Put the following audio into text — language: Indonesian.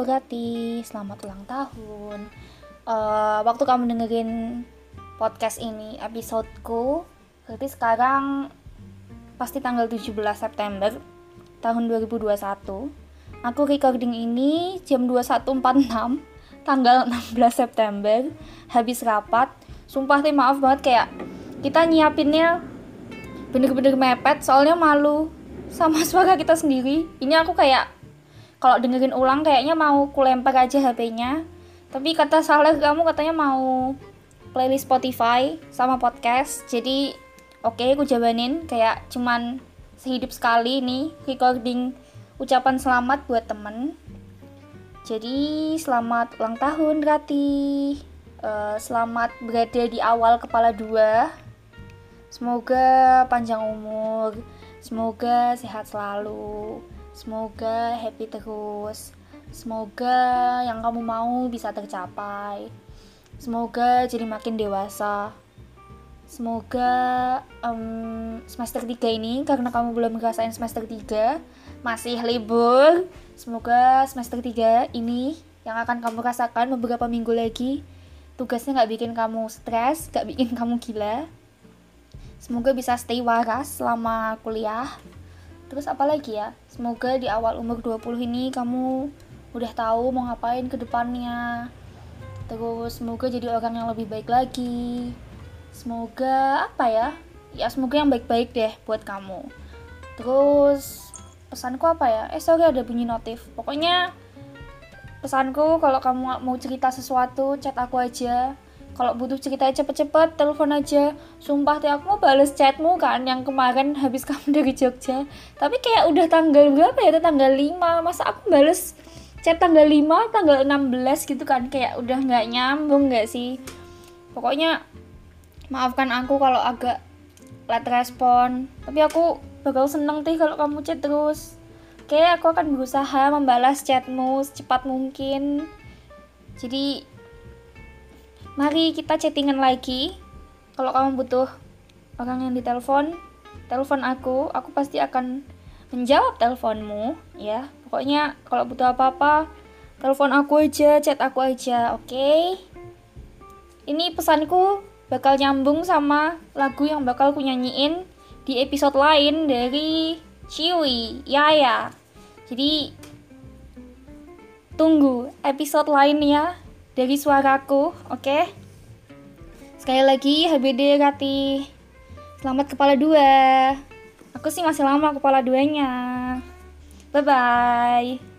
Rati, selamat ulang tahun. Waktu kamu dengerin podcast ini, episodeku, berarti sekarang pasti tanggal 17 September tahun 2021. Aku recording ini jam 21.46, tanggal 16 September, habis rapat. Sumpah nih, maaf banget, kayak kita nyiapinnya bener-bener mepet, soalnya malu sama suara kita sendiri. Ini aku kayak kalau dengerin ulang kayaknya mau kulempar aja HP-nya. Tapi kata Saleh, kamu katanya mau playlist Spotify sama podcast. Jadi oke, aku jabanin kayak cuman sehidup sekali nih recording ucapan selamat buat temen. Jadi selamat ulang tahun Rati. Selamat berada di awal kepala 2. Semoga panjang umur, semoga sehat selalu, semoga happy terus, semoga yang kamu mau bisa tercapai, semoga jadi makin dewasa, semoga semester 3 ini, karena kamu belum ngerasain semester 3, masih libur, semoga semester 3 ini yang akan kamu rasakan beberapa minggu lagi, tugasnya gak bikin kamu stres, gak bikin kamu gila. Semoga bisa stay waras selama kuliah. Terus apa lagi ya? Semoga di awal umur 20 ini kamu udah tahu mau ngapain ke depannya. Terus semoga jadi orang yang lebih baik lagi. Semoga apa ya? Ya semoga yang baik-baik deh buat kamu. Terus pesanku apa ya? Sorry, ada bunyi notif. Pokoknya pesanku, kalau kamu mau cerita sesuatu, chat aku aja. Kalau butuh cerita cepet-cepet, telepon aja. Sumpah tuh aku mau bales chatmu kan yang kemarin habis kamu dari Jogja. Tapi kayak udah tanggal berapa ya? Tanggal 5. Masa aku bales chat tanggal 5, tanggal 16 gitu kan. Kayak udah gak nyambung gak sih? Pokoknya maafkan aku kalau agak late respon. Tapi aku bakal seneng tuh kalau kamu chat terus. Kayak aku akan berusaha membalas chatmu secepat mungkin. Jadi mari kita chattingan lagi. Kalau kamu butuh orang yang ditelepon, telepon aku pasti akan menjawab teleponmu ya. Pokoknya kalau butuh apa-apa, telepon aku aja, chat aku aja, oke? Ini pesanku bakal nyambung sama lagu yang bakal aku nyanyiin di episode lain dari Ciwi, ya. Jadi tunggu episode lainnya dari suaraku, oke? Sekali lagi, HBD Rati. Selamat kepala 2. Aku sih masih lama kepala 2-nya. Bye-bye.